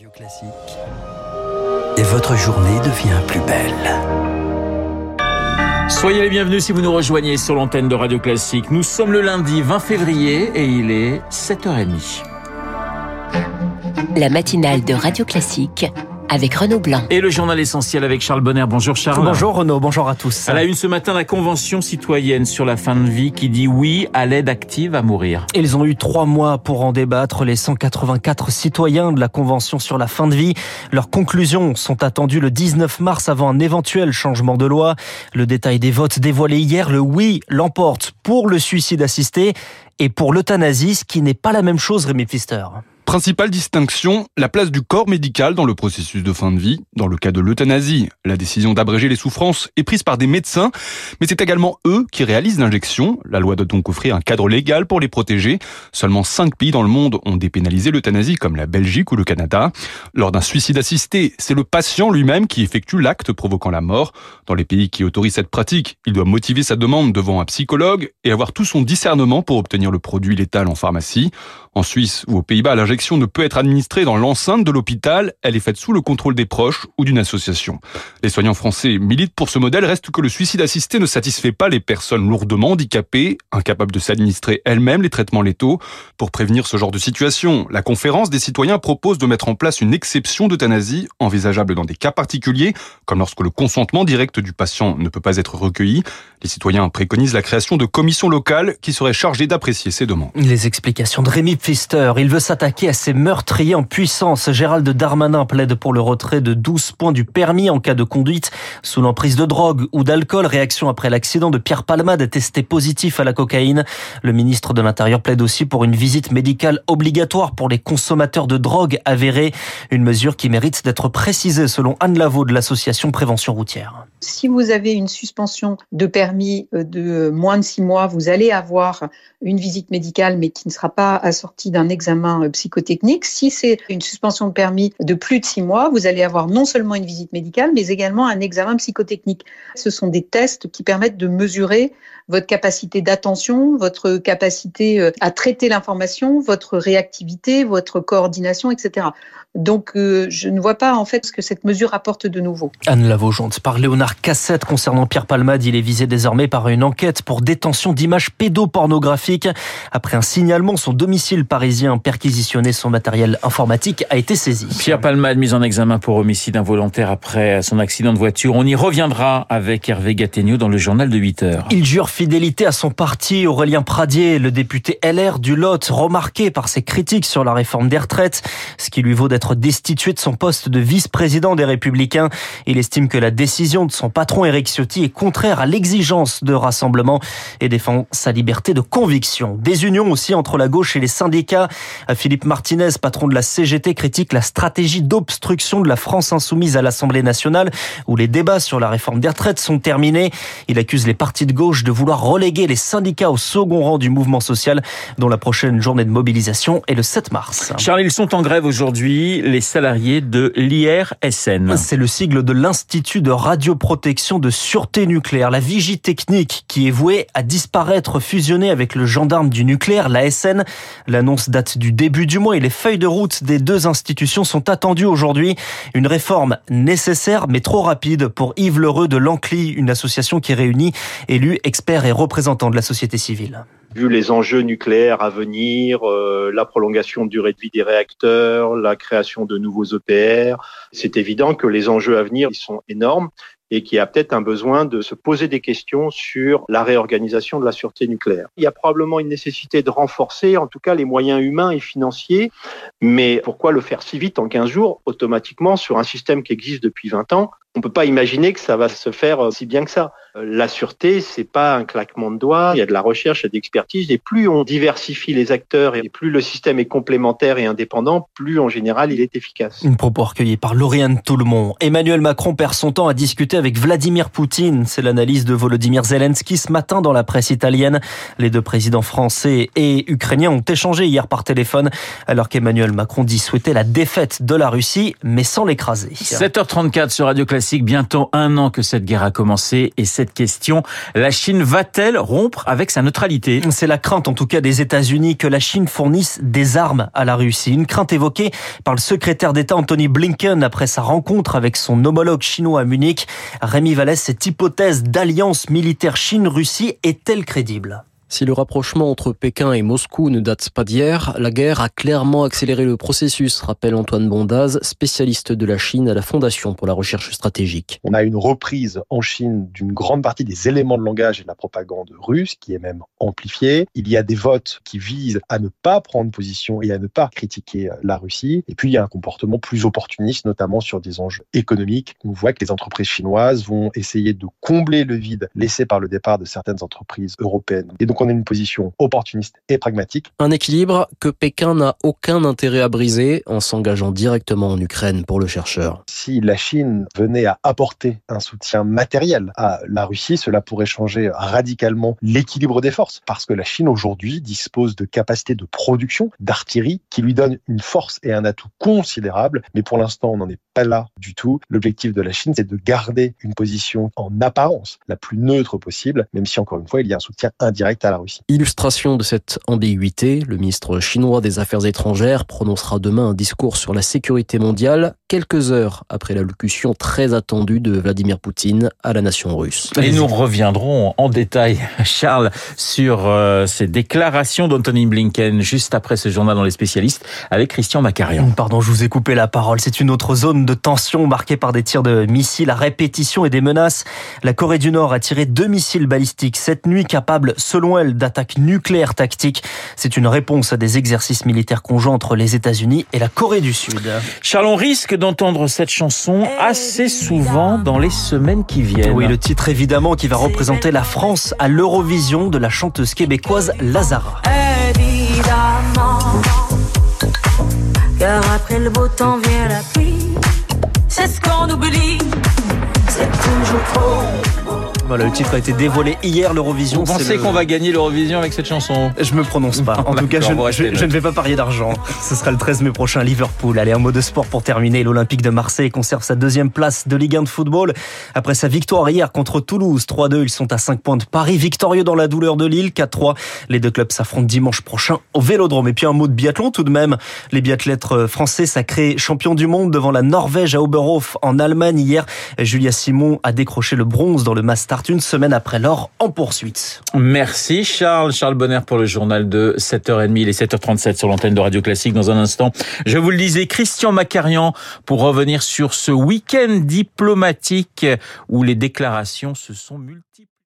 Radio Classique. Et votre journée devient plus belle. Soyez les bienvenus si vous nous rejoignez sur l'antenne de Radio Classique. Nous sommes le lundi 20 février et il est 7h30. La matinale de Radio Classique avec Renaud Blanc. Et le journal essentiel avec Charles Bonner. Bonjour Charles. Bonjour Renaud, bonjour à tous. À la une ce matin, la Convention citoyenne sur la fin de vie qui dit oui à l'aide active à mourir. Ils ont eu 3 mois pour en débattre, les 184 citoyens de la Convention sur la fin de vie. Leurs conclusions sont attendues le 19 mars avant un éventuel changement de loi. Le détail des votes dévoilé hier, le oui l'emporte pour le suicide assisté et pour l'euthanasie, ce qui n'est pas la même chose, Rémi Pfister. Principale distinction, la place du corps médical dans le processus de fin de vie. Dans le cas de l'euthanasie, la décision d'abréger les souffrances est prise par des médecins, mais c'est également eux qui réalisent l'injection. La loi doit donc offrir un cadre légal pour les protéger. Seulement 5 pays dans le monde ont dépénalisé l'euthanasie, comme la Belgique ou le Canada. Lors d'un suicide assisté, c'est le patient lui-même qui effectue l'acte provoquant la mort. Dans les pays qui autorisent cette pratique, il doit motiver sa demande devant un psychologue et avoir tout son discernement pour obtenir le produit létal en pharmacie. En Suisse ou aux Pays-Bas, l'injection ne peut être administrée dans l'enceinte de l'hôpital. Elle est faite sous le contrôle des proches ou d'une association. Les soignants français militent pour ce modèle. Reste que le suicide assisté ne satisfait pas les personnes lourdement handicapées, incapables de s'administrer elles-mêmes les traitements létaux. Pour prévenir ce genre de situation, la conférence des citoyens propose de mettre en place une exception d'euthanasie, envisageable dans des cas particuliers, comme lorsque le consentement direct du patient ne peut pas être recueilli. Les citoyens préconisent la création de commissions locales qui seraient chargées d'apprécier ces demandes. Les explications de Rémi Pfister. Il veut s'attaquer à ces meurtriers en puissance. Gérald Darmanin plaide pour le retrait de 12 points du permis en cas de conduite sous l'emprise de drogue ou d'alcool. Réaction après l'accident de Pierre Palmade testé positif à la cocaïne. Le ministre de l'Intérieur plaide aussi pour une visite médicale obligatoire pour les consommateurs de drogue avérés. Une mesure qui mérite d'être précisée selon Anne Lavaux de l'association Prévention Routière. Si vous avez une suspension de permis de moins de 6 mois, vous allez avoir une visite médicale mais qui ne sera pas assortie d'un examen psychotechnique. Si c'est une suspension de permis de plus de 6 mois, vous allez avoir non seulement une visite médicale mais également un examen psychotechnique. Ce sont des tests qui permettent de mesurer votre capacité d'attention, votre capacité à traiter l'information, votre réactivité, votre coordination, etc. Donc, je ne vois pas en fait ce que cette mesure apporte de nouveau. Anne Lavaux, jointe par Léonard Cassette concernant Pierre Palmade. Il est visé désormais par une enquête pour détention d'images pédopornographiques. Après un signalement, son domicile parisien perquisitionné, son matériel informatique a été saisi. Pierre Palmade mis en examen pour homicide involontaire après son accident de voiture. On y reviendra avec Hervé Gattegno dans le journal de 8h. Il jure fidélité à son parti. Aurélien Pradier, le député LR du Lot, remarqué par ses critiques sur la réforme des retraites, ce qui lui vaut d'être destitué de son poste de vice-président des Républicains. Il estime que la décision de son patron Éric Ciotti est contraire à l'exigence de rassemblement et défend sa liberté de conviction. Des unions aussi entre la gauche et les syndicats. Philippe Martinez, patron de la CGT, critique la stratégie d'obstruction de la France insoumise à l'Assemblée nationale où les débats sur la réforme des retraites sont terminés. Il accuse les partis de gauche de vouloir reléguer les syndicats au second rang du mouvement social dont la prochaine journée de mobilisation est le 7 mars. Charles, ils sont en grève aujourd'hui, les salariés de l'IRSN. C'est le sigle de l'Institut de radioprotection de sûreté nucléaire, la vigie technique qui est vouée à disparaître, fusionnée avec le gendarme du nucléaire, l'ASN. L'annonce date du début du mois et les feuilles de route des deux institutions sont attendues aujourd'hui. Une réforme nécessaire mais trop rapide pour Yves Lheureux de l'Ancli, une association qui réunit élus, experts et représentants de la société civile. Vu les enjeux nucléaires à venir, la prolongation de durée de vie des réacteurs, la création de nouveaux EPR, c'est évident que les enjeux à venir ils sont énormes et qu'il y a peut-être un besoin de se poser des questions sur la réorganisation de la sûreté nucléaire. Il y a probablement une nécessité de renforcer, en tout cas, les moyens humains et financiers, mais pourquoi le faire si vite en 15 jours, automatiquement, sur un système qui existe depuis 20 ans ? On peut pas imaginer que ça va se faire si bien que ça. La sûreté, c'est pas un claquement de doigts. Il y a de la recherche, il y a de l'expertise. Et plus on diversifie les acteurs et plus le système est complémentaire et indépendant, plus en général il est efficace. Une propos recueillie par Lauriane Toulmont. Emmanuel Macron perd son temps à discuter avec Vladimir Poutine. C'est l'analyse de Volodymyr Zelensky ce matin dans la presse italienne. Les deux présidents français et ukrainiens ont échangé hier par téléphone alors qu'Emmanuel Macron dit souhaiter la défaite de la Russie mais sans l'écraser. 7h34 sur Radio Classique. Classique. Bientôt 1 an que cette guerre a commencé et cette question, la Chine va-t-elle rompre avec sa neutralité ? C'est la crainte en tout cas des États-Unis que la Chine fournisse des armes à la Russie. Une crainte évoquée par le secrétaire d'État Antony Blinken après sa rencontre avec son homologue chinois à Munich. Rémi Vallès, cette hypothèse d'alliance militaire Chine-Russie est-elle crédible ? Si le rapprochement entre Pékin et Moscou ne date pas d'hier, la guerre a clairement accéléré le processus, rappelle Antoine Bondaz, spécialiste de la Chine à la Fondation pour la recherche stratégique. On a une reprise en Chine d'une grande partie des éléments de langage et de la propagande russe, qui est même amplifiée. Il y a des votes qui visent à ne pas prendre position et à ne pas critiquer la Russie. Et puis il y a un comportement plus opportuniste, notamment sur des enjeux économiques. On voit que les entreprises chinoises vont essayer de combler le vide laissé par le départ de certaines entreprises européennes. Et donc on a une position opportuniste et pragmatique. Un équilibre que Pékin n'a aucun intérêt à briser en s'engageant directement en Ukraine pour le chercheur. Si la Chine venait à apporter un soutien matériel à la Russie, cela pourrait changer radicalement l'équilibre des forces. Parce que la Chine aujourd'hui dispose de capacités de production d'artillerie qui lui donnent une force et un atout considérable. Mais pour l'instant, on n'en est pas là du tout. L'objectif de la Chine, c'est de garder une position en apparence la plus neutre possible, même si encore une fois, il y a un soutien indirect à la Russie. Illustration de cette ambiguïté, le ministre chinois des Affaires étrangères prononcera demain un discours sur la sécurité mondiale, quelques heures après l'allocution très attendue de Vladimir Poutine à la nation russe. Et nous reviendrons en détail, Charles, sur ces déclarations d'Antony Blinken juste après ce journal dans les spécialistes avec Christian Macarian. Pardon, je vous ai coupé la parole. C'est une autre zone de tension marquée par des tirs de missiles à répétition et des menaces. La Corée du Nord a tiré 2 missiles balistiques cette nuit capables, selon elle, d'attaques nucléaires tactiques. C'est une réponse à des exercices militaires conjoints entre les États-Unis et la Corée du Sud. Charles, on risque d'entendre cette chanson assez souvent dans les semaines qui viennent. Oui, le titre évidemment qui va représenter la France à l'Eurovision de la chanteuse québécoise Lazara. Évidemment, car après le beau temps vient la pluie. C'est ce qu'on oublie, c'est toujours trop. Voilà, le titre a été dévoilé hier, l'Eurovision. Vous pensez qu'on va gagner l'Eurovision avec cette chanson ? Je me prononce pas. En tout cas, je ne vais pas parier d'argent. Ce sera le 13 mai prochain à Liverpool. Allez, un mot de sport pour terminer. L'Olympique de Marseille conserve sa 2e place de Ligue 1 de football. Après sa victoire hier contre Toulouse, 3-2, ils sont à 5 points de Paris. Victorieux dans la douleur de Lille, 4-3. Les deux clubs s'affrontent dimanche prochain au Vélodrome. Et puis un mot de biathlon tout de même. Les biathlètes français sacrés champions du monde devant la Norvège à Oberhof en Allemagne. Hier, Julia Simon a décroché le bronze dans le Mastart une semaine après l'or en poursuite. Merci Charles. Charles Bonner pour le journal de 7h30. Il est 7h37 sur l'antenne de Radio Classique. Dans un instant, je vous le disais, Christian Macarian pour revenir sur ce week-end diplomatique où les déclarations se sont multipliées.